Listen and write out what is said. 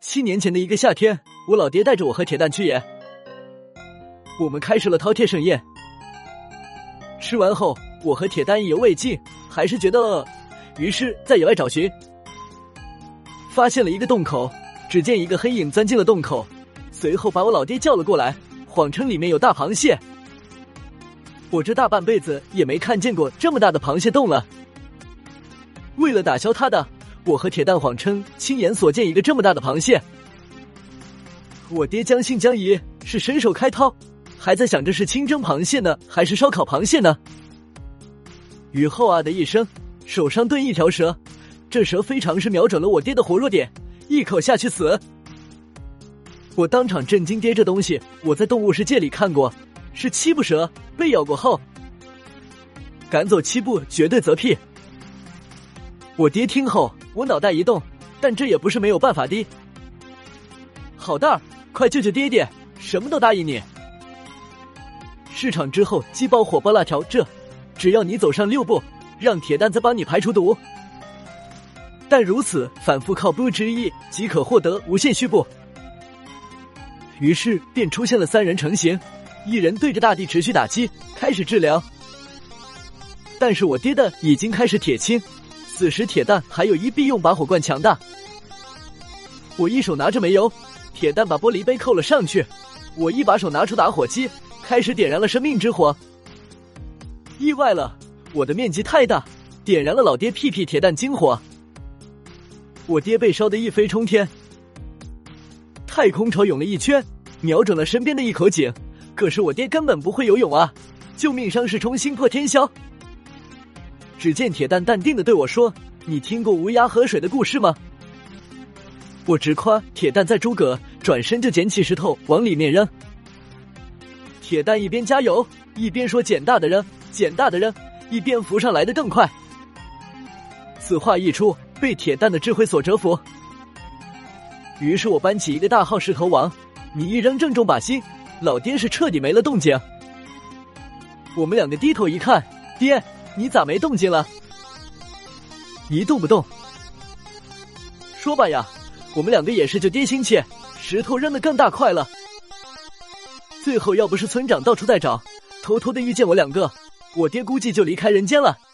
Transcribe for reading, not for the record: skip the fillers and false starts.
7年前的一个夏天，我老爹带着我和铁蛋去野，我们开设了饕餮盛宴。吃完后，我和铁蛋意犹未尽，还是觉得饿，于是在野外找寻，发现了一个洞口。只见一个黑影钻进了洞口，随后把我老爹叫了过来，谎称里面有大螃蟹。我这大半辈子也没看见过这么大的螃蟹洞了。为了打消他的，我和铁蛋谎称亲眼所见一个这么大的螃蟹。我爹将信将疑，是伸手开掏，还在想着是清蒸螃蟹呢，还是烧烤螃蟹呢。雨后啊的一声，手上顿一条蛇，这蛇非常是瞄准了我爹的活弱点，一口下去死。我当场震惊，爹这东西我在动物世界里看过，是七步蛇，被咬过后赶走7步绝对择屁。我爹听后，我脑袋一动，但这也不是没有办法的。好蛋儿，快救救爹爹，什么都答应你。市场之后鸡爆火爆辣条，只要你走上6步，让铁蛋再帮你排除毒。但如此反复靠步之一即可获得无限续步。于是便出现了3人成型，一人对着大地持续打击，开始治疗。但是我爹的已经开始铁青，此时铁蛋还有一臂用把火罐强大。我一手拿着煤油，铁蛋把玻璃杯扣了上去，我一把手拿出打火机，开始点燃了生命之火。意外了，我的面积太大，点燃了老爹屁屁铁蛋金火。我爹被烧得一飞冲天，太空潮涌了一圈，瞄准了身边的一口井。可是我爹根本不会游泳啊，救命伤势冲心破天霄。只见铁蛋淡定地对我说：“你听过乌鸦喝水的故事吗？”我直夸铁蛋在诸葛，转身就捡起石头往里面扔。铁蛋一边加油，一边说：“捡大的扔，捡大的扔。”一边浮上来的更快。此话一出，被铁蛋的智慧所折服。于是我搬起一个大号石头王，你一扔正中靶心，老爹是彻底没了动静。我们两个低头一看，爹，你咋没动静了？一动不动。说吧呀，我们两个也是就爹心切，石头扔得更大块了。最后要不是村长到处在找，偷偷的遇见我两个，我爹估计就离开人间了。